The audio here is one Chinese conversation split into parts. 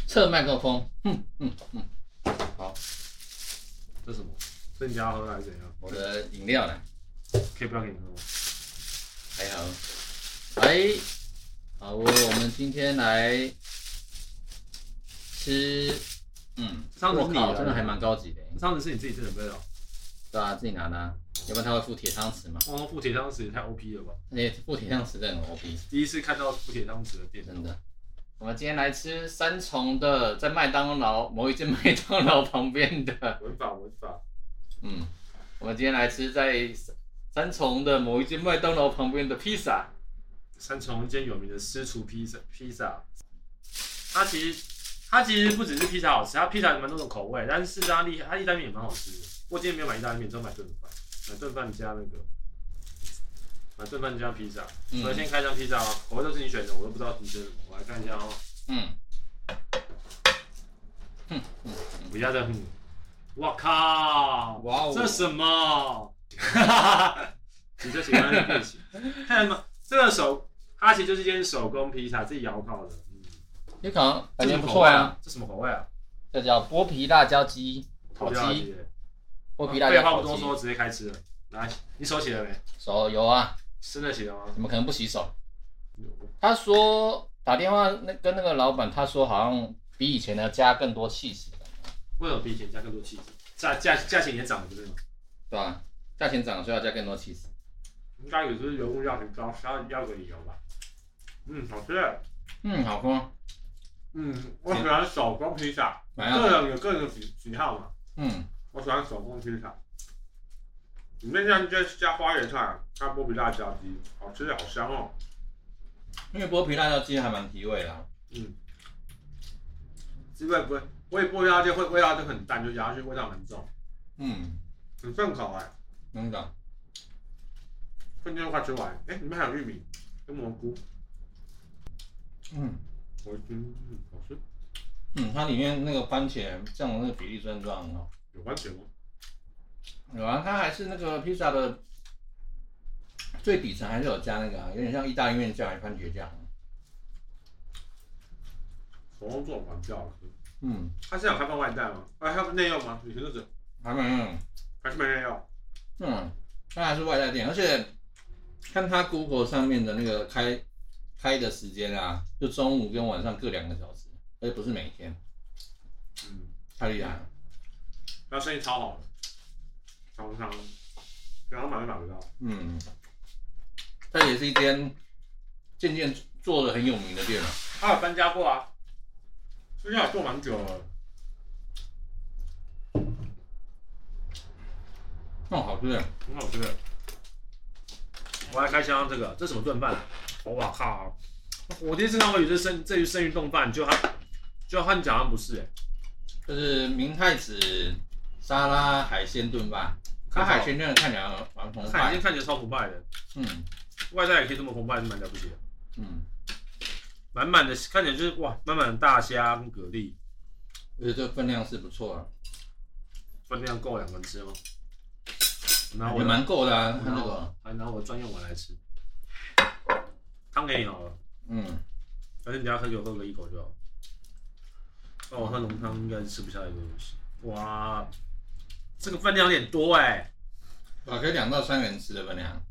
侧麦克风，好， 这什么？这你家喝还是怎样？ 我的饮料呢？ 可以不要给你喝吗？ 还好，好，我们今天来吃，我靠，真的还蛮高级的。 汤匙是你自己准备的？ 对啊，自己拿的啊，要不然他会附铁汤匙嘛。 哦，附铁汤匙也太 OP 了吧！ 附铁汤匙真的很 OP。 第一次看到附铁汤匙的店， 真的。我们今天来吃三重的，在麦当劳某一间麦当劳旁边的。 文法。 我们今天来吃在三重的某一间麦当劳旁边的披萨。 三重一间有名的私厨披萨，它其实不只是披萨好吃，它披萨有蛮多种口味，但是它意大利面也蛮好吃的。不过今天没有买意大利面，只有买炖饭，买炖饭加披萨。我先开箱披萨哦，口味都是你选的，我都不知道你选什么。我来看一下哦。不要再我靠！ 哇哦， 这什么？你就喜欢那变形？看什么？这个它其实就是一间手工披萨，自己窑烤的。 你可能感觉不错啊。 这什么口味啊？ 这叫剥皮辣椒鸡烤鸡。剥皮辣椒烤鸡。 废话不多说，直接开吃了。来，你手洗了没？ 手有啊。 真的洗了吗？ 怎么可能不洗手？他说打电话跟那个老板，他说好像比以前的加更多气势。 为什么比以前加更多气势？价钱也涨了，不是吗？ 对啊，价钱涨，所以要加更多气势。 应该也是员工要很高，要个理由吧。好吃。 好喝。 我喜欢手工披萨，个人有个人的喜好嘛。我喜欢手工披萨。里面加花椰菜，加剥皮辣椒鸡，好吃好香哦。 因为剥皮辣椒鸡还蛮提味的。 滋味不会，剥皮辣椒味道就很淡，就咬下去味道蛮重。很顺口哎。 真的。 瞬间就快吃完。里面还有玉米跟蘑菇。好吃。 它里面那个番茄酱的那个比例真的非常好。 有番茄吗？ 有啊，它还是那个披萨的最底层还是有加那个有点像意大利面酱还是番茄酱。 手工做蛮比较好吃。它现在有开放外带吗？还有内用吗？以前就是还没用， 还是没内用。 它还是外带店，而且看它 Google 上面的那个开的时间啊，就中午跟晚上各2个小时，而且不是每天。太厉害了。 它生意超好的，常常然后买不到。 它也是一间渐渐做的很有名的店了。 它有搬家过啊，之前做蛮久了。 好吃的， 很好吃的。我来开箱这什么炖饭？哇靠！我第一次看过有这是生鱼冻饭，就它你讲好像不是这是明太子沙拉海鲜炖饭。它海鲜真的看起来蛮澎湃， 海鲜看起来超澎湃的。外带也可以这么澎湃，是蛮了不起的。满满的看起来就是哇，满满的大虾跟蛤蜊。 我觉得这个分量是不错啊。 分量够2个人吃吗？ 也蛮够的啊，看这个。 还拿我的专用碗来吃。汤给你好了。反正你要喝酒喝个1口就好。那我喝浓汤应该是吃不下一个东西。哇，这个分量有点多哎。 可以2到3个人吃的分量。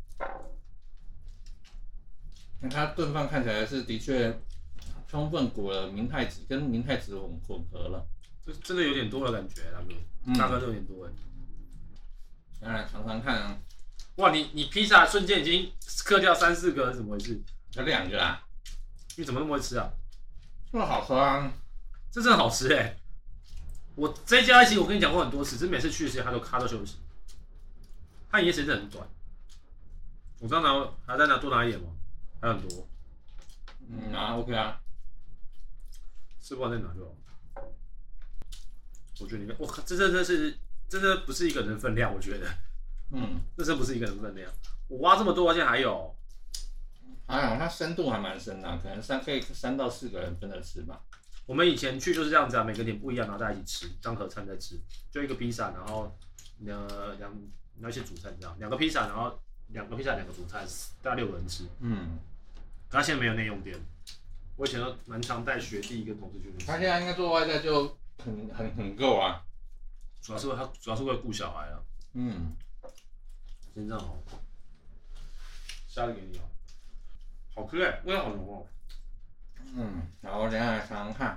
那它炖饭看起来是的确充分裹了明太子，跟明太子混合了。 这真的有点多的感觉，大哥，这有点多哎。 来尝尝看啊！ 哇，你披萨瞬间已经嗑掉3、4个，是怎么回事？ 有2个啦。 你怎么那么会吃啊？ 这么好喝啊！ 这真的好吃哎！我这家其实我跟你讲过很多次，只是每次去的时间他都休息。他营业时间真的很短。我刚还在多拿一点吗？还有很多。 OK 啊。 吃不完再拿就好。我觉得你看，我靠，这真的不是一个人分量，我觉得。这真不是一个人分量。我挖这么多，而且还有。 它深度还蛮深的，可能可以3到4个人分着吃吧。 我们以前去就是这样子啊，每个点不一样，然后大家一起吃，当合餐在吃，就一个披萨，然后一些主餐这样，2个披萨，然后2个披萨2个主餐，大概6个人吃。可他现在没有内用店， 我以前都蛮常带学弟跟同事去。 他现在应该做外带就很够啊， 主要是为了顾小孩啊。 嗯， 真正好，下次给你啊，好吃哎，味道好浓哦。 然后我等一下来尝尝看。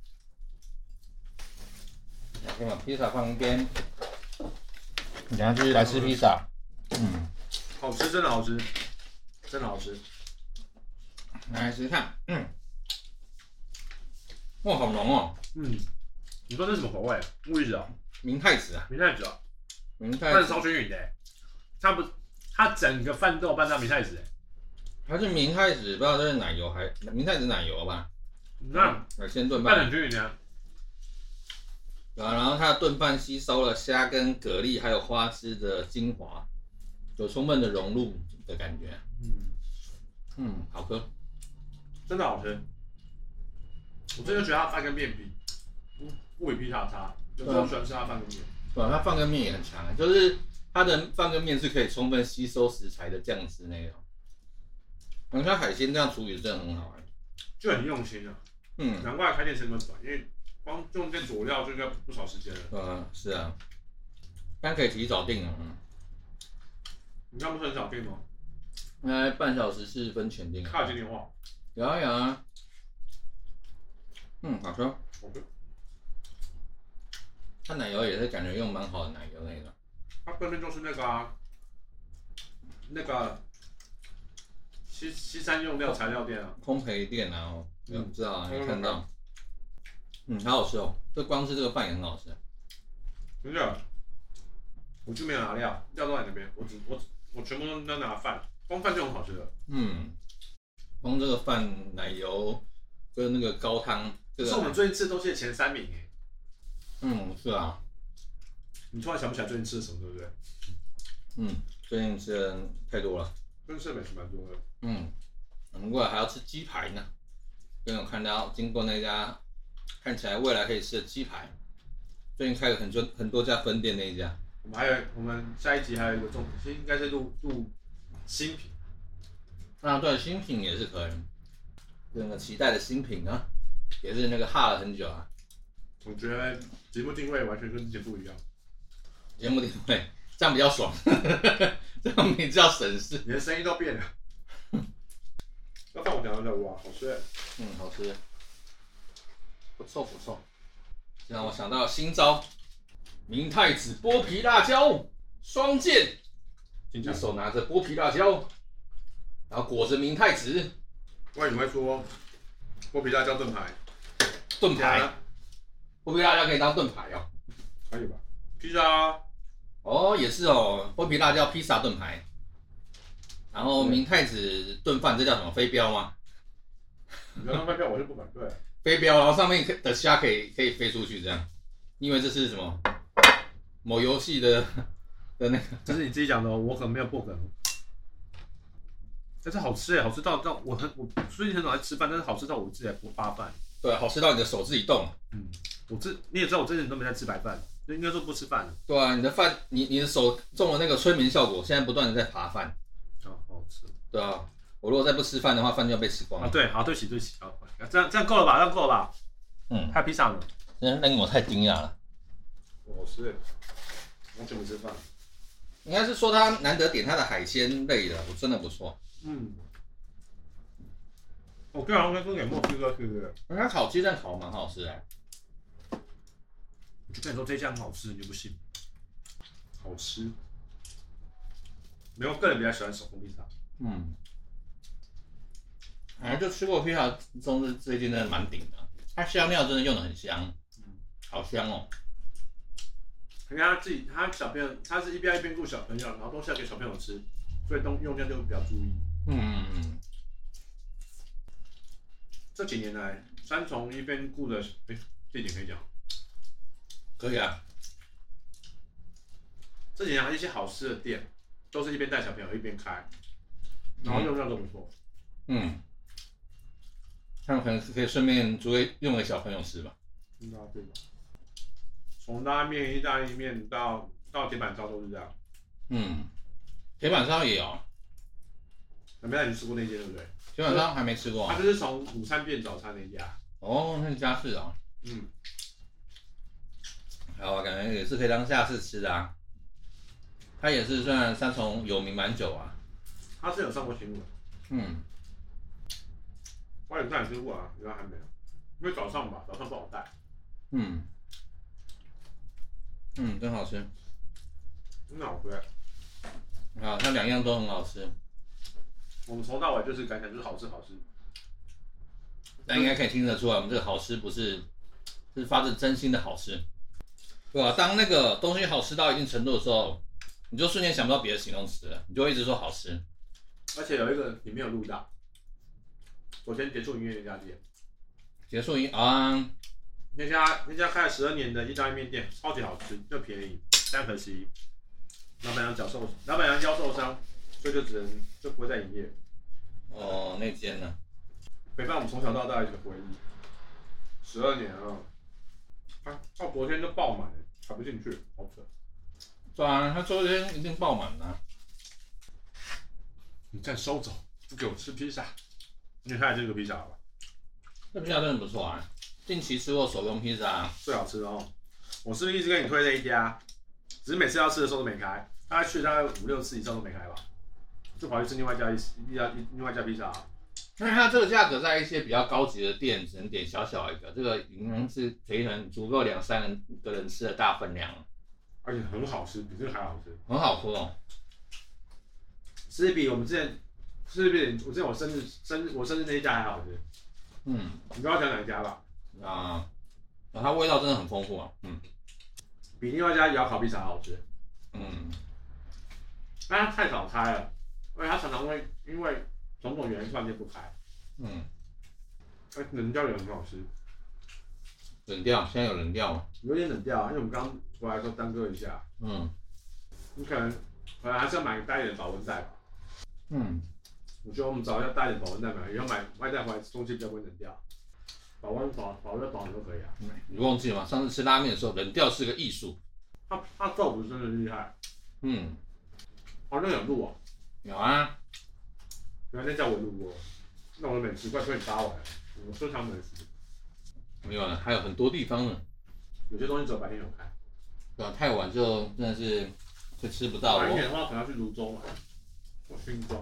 先把披萨放一边，等一下继续来吃披萨。 好吃，真的好吃，真的好吃。 来试试看，哇，好浓哦。 你说这是什么口味？乌鱼子啊？ 明太子啊？ 明太子啊？ 明太子饭超均匀的，它整个饭都有拌到明太子哎。 它是明太子，不知道这是奶油还明太子奶油吧？ 那先炖拌饭。 很均匀的。 然后它的炖饭吸收了虾跟蛤蜊还有花枝的精华，有充分的融入的感觉。好喝， 真的好吃。我真的觉得它饭跟面不比披萨差，有时候喜欢吃它饭跟面。 对，它饭跟面也很强，就是它的饭跟面是可以充分吸收食材的酱汁那种。然后它海鲜这样处理真的很好， 就很用心啊。难怪开店成本短，因为光用这佐料就应该不少时间了。 是啊，但可以提早订了。 你刚不是很早订吗？ 半小时40分前订。 他有接电话。 有啊。好吃。它奶油也是感觉用蛮好的奶油那个。 它对面就是那个西餐用料材料店啊， 烘焙店啊，我知道啊，你看到。好好吃哦，这光是这个饭也很好吃。 真的，我就没有拿料，料都在那边，我全部都拿饭，光饭就很好吃了。 光这个饭奶油跟那个高汤，这个是我们最近吃的东西的前3名哎。 是啊。 你突然想不起来最近吃的什么，对不对？ 最近吃的太多了。 最近吃的美食蛮多的。 不过还要吃鸡排呢。最近有看到经过那家看起来未来可以吃的鸡排，最近开了很多家分店那一家。 我们下一集还有一个重点，其实应该是录新品。 对，新品也是可以。那个期待的新品啊，也是那个哈了很久啊。 我觉得节目定位完全跟之前不一样。 节目定位这样比较爽，这样比较省事。 你的声音都变了。那饭我讲到哇，好吃。 好吃。不错。这让我想到新招，明太子剥皮辣椒双剑，一手拿着剥皮辣椒，然后裹着明太子。 我以为你会说剥皮辣椒炖排。 剥皮辣椒可以当炖排哦。 可以吧？披萨。 也是哦，剥皮辣椒披萨炖排。然后明太子炖饭，这叫什么？飞镖吗？ 你要当飞镖，我是不反对。 飞镖，然后上面的虾可以飞出去，这样。你以为这是什么？某游戏的那个？ 这是你自己讲的哦，我可能没有破梗。但是好吃哎，好吃到我最近很少在吃饭，但是好吃到我自己来扒饭。 对，好吃到你的手自己动。 你也知道我这几年都没在吃白饭，就应该说不吃饭。 对啊，你的饭，你的手中了那个催眠效果，现在不断的在扒饭。 好吃。对啊，我如果再不吃饭的话，饭就要被吃光了。 对，好，对不起，好，这样够了吧？这样够了吧？还有披萨呢。 令我太惊讶了。 我是完全不吃饭。 应该是说他难得点他的海鲜类的，我真的不错。 对啊，我跟给墨西哥吃的。 他烤鸡蛋烤蛮好吃的。 我就跟你说这家很好吃，你就不信。好吃。没有，个人比较喜欢手工披萨。 就吃过披萨中是最近真的蛮顶的，它香料真的用的很香，好香哦。 你看他小朋友，他是一边顾小朋友，然后东西要给小朋友吃，所以用量就比较注意。这几年来，三重一边顾的，这点可以讲。 可以啊。 这几年来一些好吃的店，都是一边带小朋友一边开，然后用量都不错。 他们可能是可以顺便用给小朋友吃吧。 对吧？从拉面、意大利面到铁板烧都是这样。 铁板烧也有。 没有你吃过那间对不对？ 基本上还没吃过。 他就是从午餐变早餐那家。 哦，那家是啊。好，感觉也是可以当下次吃的啊。他也是算三重有名蛮久啊。 他是有上过新闻。我也看吃过啊，原来还没有，因为早上不好带。 真好吃。 真好吃。 好，它2样都很好吃。 我们从到尾就是感觉就是好吃。 那应该可以听得出来，我们这个好吃不是发自真心的好吃，对吧？当那个东西好吃到一定程度的时候，你就瞬间想不到别的形容词了，你就会一直说好吃。 而且有一个你没有录到，昨天结束营业那家店。 结束营啊， 那家开了12年的意大利面店，超级好吃又便宜，但可惜老板娘腰受伤，所以就不会再营业。 哦，那间呢？ 陪伴我们从小到大的一个回忆，12年啊，到昨天就爆满了，排不进去，好扯。 对啊，他昨天一定爆满了。 你再收走，不给我吃披萨。你看这个披萨吧， 这披萨真的不错啊，近期吃过手工披萨， 最好吃的哦。我是不是一直跟你推这一家？只是每次要吃的时候都没开，大概去大概5、6次以上都没开吧，就跑去吃另外一家披萨。 因为它这个价格在一些比较高级的店只能点小小一个，这个已经是可能足够2、3个人吃的大分量了， 而且很好吃，比这个还好吃， 很好喝哦。 是比我们之前，我生日那一家还好吃。你知道讲哪一家吧？ 它味道真的很丰富啊。 比另外一家窑烤披萨好吃。但它太早开了，而且它常常会因为种种原因突然间不开。冷掉也很好吃。 冷掉，现在有冷掉吗？ 有点冷掉，因为我们刚回来的时候耽搁一下。你可能还是要买大一点的保温袋吧。我觉得我们找一下大一点保温袋买，以后买外带回来东西比较不会冷掉。保温保都可以啊。 你忘记了吗？上次吃拉面的时候，冷掉是个艺术。 它豆腐真的厉害。好像有录哦。 有啊。 原来那家我录过，那我的美食快被你扒完了。我收藏美食。 没有了，还有很多地方呢。 有些东西只有白天有开。 对啊，太晚就真的是会吃不到。 晚一点的话，可能要去泸州买，或新庄。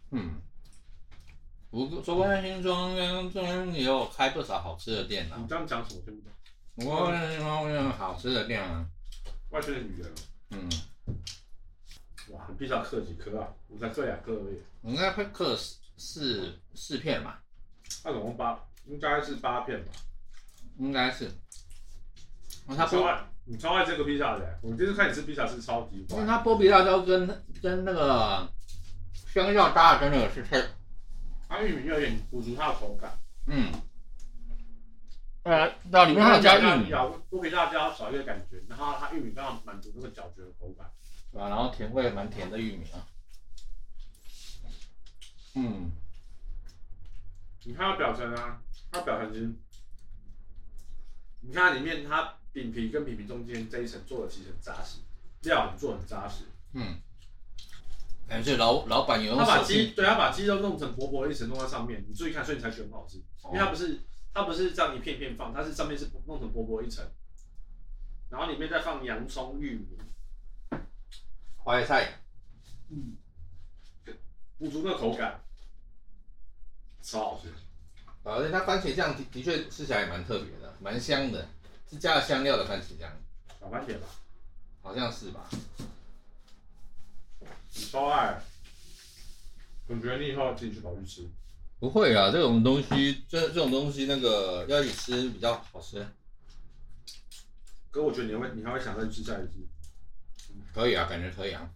周边新庄这边也有开不少好吃的店啊。 你这样讲什么听不懂？ 我有好吃的店啊。 外圈的女人。哇，你披萨刻几颗啊？我才刻2颗而已。 我应该会刻4片吧。 那总共应该是8片吧。 应该是。 你超爱这个披萨的，我第一次看你吃披萨是超级怪。 因为它剥皮辣椒跟那个香料搭的真的是太。 它玉米有点补足它的口感。 那里面还有加玉米。 剥皮辣椒少一个感觉，然后它玉米刚好满足那个嚼嚼的口感。 对吧？然后甜味蛮甜的玉米啊。 你看它表层啊，它表层其实，你看它里面它饼皮跟饼皮中间这一层做的其实很扎实，料做很扎实。 感觉老板有用他把鸡肉弄成薄薄的一层弄在上面，你注意看，所以你才觉得很好吃。因为它不是这样一片片放，它是上面是弄成薄薄一层，然后里面再放洋葱、玉米、 花椰菜， 补足那个口感，超好吃。 而且它番茄酱的确吃起来也蛮特别的，蛮香的，是加了香料的番茄酱。 小番茄吧？ 好像是吧。 你超爱，我觉得你以后自己去跑去吃。 不会啊，这种东西那个要一起吃比较好吃。 可我觉得你还会想再吃下一次。 可以啊，感觉可以啊。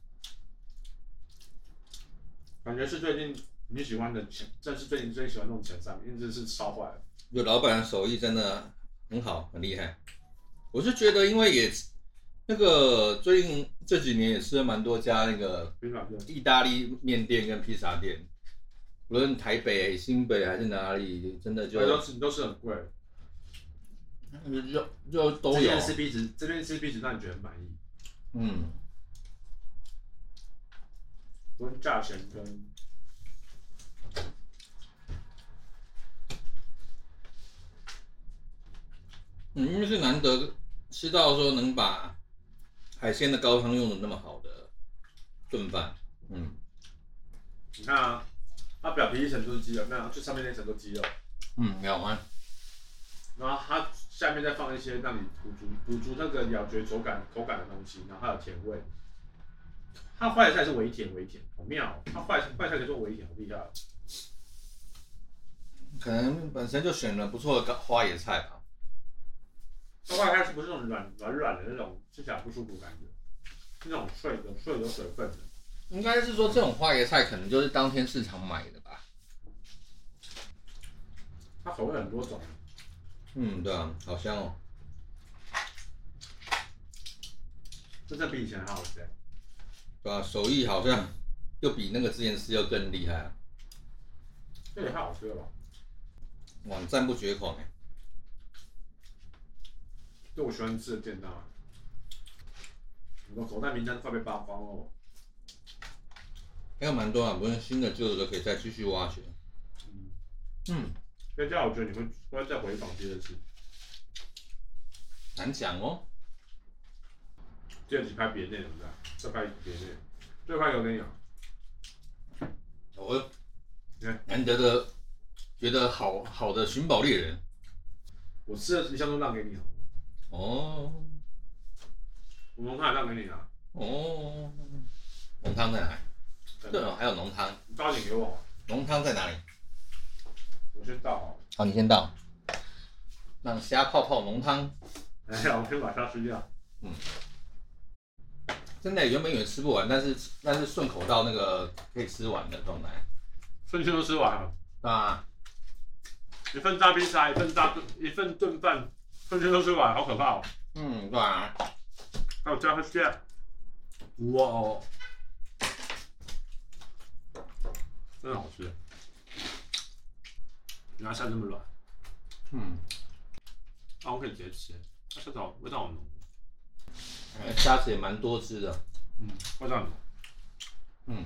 感觉是最近你喜欢的这是最近最喜欢那种前3名，因为这是超坏的。 有老板的手艺真的很好，很厉害。我是觉得，因为也那个最近这几年也吃了蛮多家那个意大利面店跟披萨店，无论台北、新北还是哪里，真的都是很贵。 就都有。 这边吃 CP 值让你觉得很满意。无论价钱跟因为是难得吃到说能把海鲜的高汤用的那么好的炖饭。 你看啊，它表皮一层都是鸡肉，那最上面那层都鸡肉。 有啊。 然后它下面再放一些让你补足那个咬嚼口感的东西，然后还有甜味。它坏菜是微甜，好妙哦！它坏菜可以做微甜，好厉害哦。 可能本身就选了不错的花椰菜吧。 它坏菜是不是那种软的那种吃起来不舒服感觉？是那种脆有水分的。 应该是说这种花椰菜可能就是当天市场买的吧。 它口味很多种。 对啊，好香哦。 这比以前还好吃。 对啊，手艺好像又比那个之前吃又更厉害啊。 这也太好吃了吧！ 哇，赞不绝口哎。 这我喜欢吃的便当。我的口袋名单快被扒光了。 还有蛮多啊，无论新的旧的都可以再继续挖掘。 这家我觉得你会再回访第二次。 难讲哦。 第二集拍别的内容的，再拍别的内容，最快有跟你讲。 我难得的觉得好的寻宝猎人。 我吃的一向都让给你了。 哦。 我浓汤也让给你了。 哦。浓汤在哪里？对哦，还有浓汤。 你倒一点给我。 浓汤在哪里？ 我先倒好。 好，你先倒。让虾泡泡浓汤。 哎呀，我先把虾吃掉。 真的原本以为吃不完，但是顺口到那个可以吃完的状态。 瞬间都吃完了。 啊。 一份大披萨，一份炖饭，瞬间都吃完，好可怕哦。 对啊。 还有加个馅。哇哦。真的好吃。原来虾这么软。我可以直接吃，它虾子味道好浓。 虾子也蛮多汁的。 味道很浓。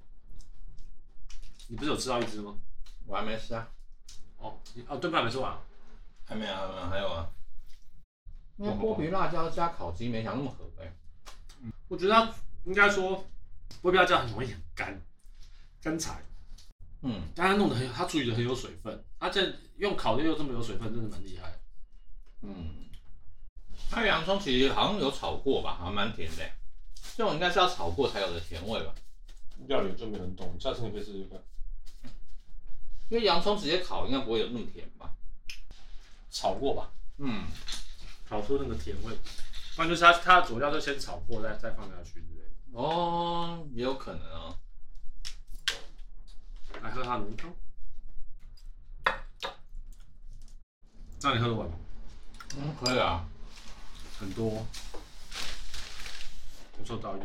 你不是有吃到一只吗？ 我还没吃啊。 炖饭没吃完。 还没啊，还有啊。因为剥皮辣椒加烤鸡没想那么合呗。 我觉得它应该说剥皮辣椒很容易很干柴。但它弄得它处理的很有水分，它这用烤的又这么有水分，真的蛮厉害的。 它洋葱其实好像有炒过吧，好像蛮甜的。这种应该是要炒过才有的甜味吧。 料理真没很懂，下次你可以试试看。 因为洋葱直接烤应该不会有那么甜吧？ 炒过吧？炒出那个甜味，不然就是它的佐料就先炒过再放下去之类的。 哦，也有可能哦。 来喝它的浓汤。那你喝得完吗？ 可以啊。 很多。我做倒一点。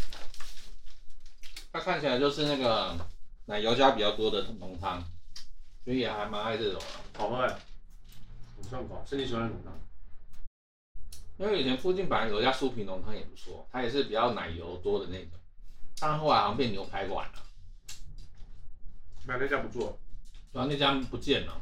它看起来就是那个奶油加比较多的浓汤，所以也还蛮爱这种的。 好喝哎。很顺口，是你喜欢的浓汤。 因为以前附近本来有一家酥皮浓汤也不错，它也是比较奶油多的那种，但后来好像变牛排馆了。 那家不错。 然后那家不见了。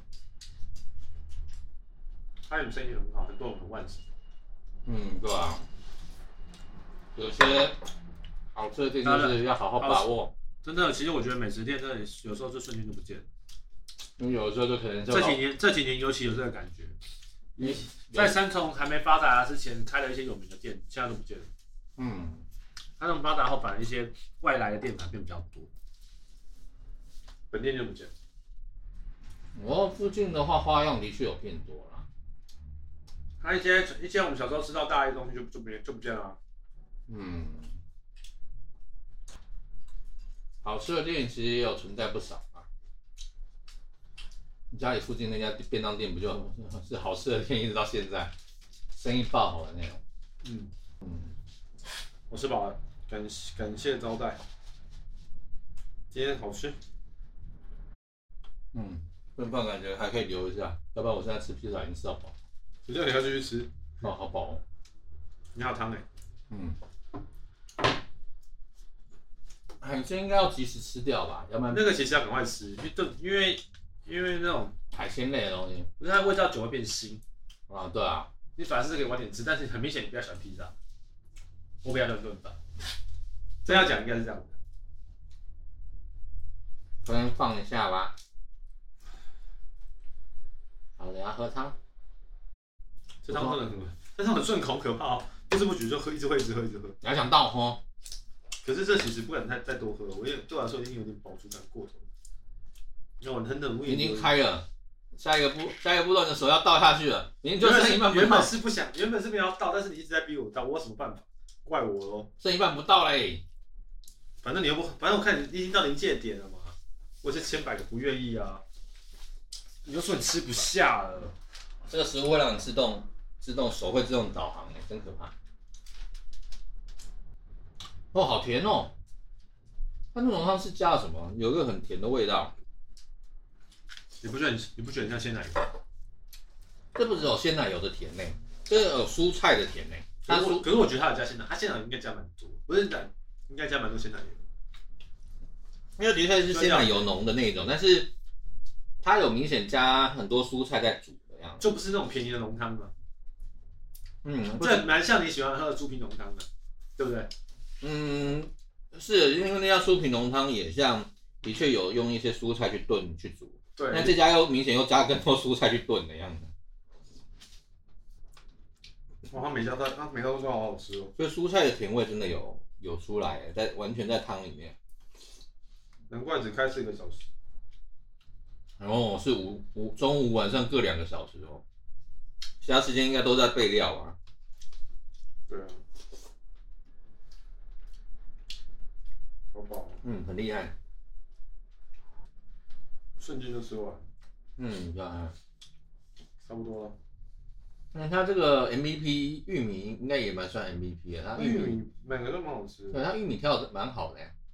他们生意很好，很多人很万喜。 对啊。有些好吃的店就是要好好把握。 真的，其实我觉得美食店真的有时候就瞬间就不见了。 因为有的时候就可能这几年尤其有这个感觉。在三重还没发达之前，开了一些有名的店，现在都不见了。三重发达后，反而一些外来的店反而变比较多，本店就不见了。 附近的话，花样的确有变多了。 它一些我们小时候吃到大一的东西就不见了。 好吃的店其实也有存在不少啊。家里附近那家便当店不就是好吃的店，一直到现在，生意爆好的那种。 我吃饱了，感谢招待。今天好吃。 炖饭感觉还可以留一下，要不然我现在吃披萨已经吃到饱。 我叫你要继续吃。 好饱哦。 你还有汤哎。 海鲜应该要及时吃掉吧，要不然那个其实要赶快吃，因为那种海鲜类的东西， 它的味道久会变腥。 对啊。 你反而是可以晚点吃，但是很明显你比较喜欢披萨，我比较喜欢炖饭。这样讲应该是这样的。 先放一下吧。好，等下喝汤。 这汤真的很，但是很顺口，可怕哦，不知不觉就喝，一直喝。 你还想倒喝？ 可是这其实不敢再多喝，对我来说已经有点饱足感过头。因为我很冷， 已经开了。下一个步骤，你的手要倒下去了，你就剩一半不到。 原本是不想要倒，但是你一直在逼我倒，我有什么办法？怪我咯。 剩一半不到嘞。 反正我看你已经到临界点了嘛，我是千百个不愿意啊。你就说你吃不下了， 这个食物会让你自动手会自动导航哎，真可怕。哦，好甜哦！它那种汤是加了什么？有一个很甜的味道。 你不觉得像鲜奶油？ 这不只有鲜奶油的甜呢，这有蔬菜的甜呢。 可是我觉得它有加鲜奶，它鲜奶油应该加蛮多，不是应该加蛮多鲜奶油。 因为的确是鲜奶油浓的那种，但是它有明显加很多蔬菜在煮的样子， 就不是那种便宜的浓汤嘛。 这蛮像你喜欢喝的猪皮浓汤的，对不对？ 是因为那家酥皮浓汤也像，的确有用一些蔬菜去炖去煮， 对。 但这家又明显又加更多蔬菜去炖的样子。 哇，它每家都好好吃哦。 所以蔬菜的甜味真的有出来，完全在汤里面。 难怪只开4个小时。 然后是中午晚上各2个小时哦，其他时间应该都在备料啊。 对啊。好饱。 很厉害。 瞬间就吃完。 对啊。 差不多了。 那它这个 MVP 玉米应该也蛮算 MVP 的，它玉米每个都蛮好吃的。 对，它玉米挑的蛮好的。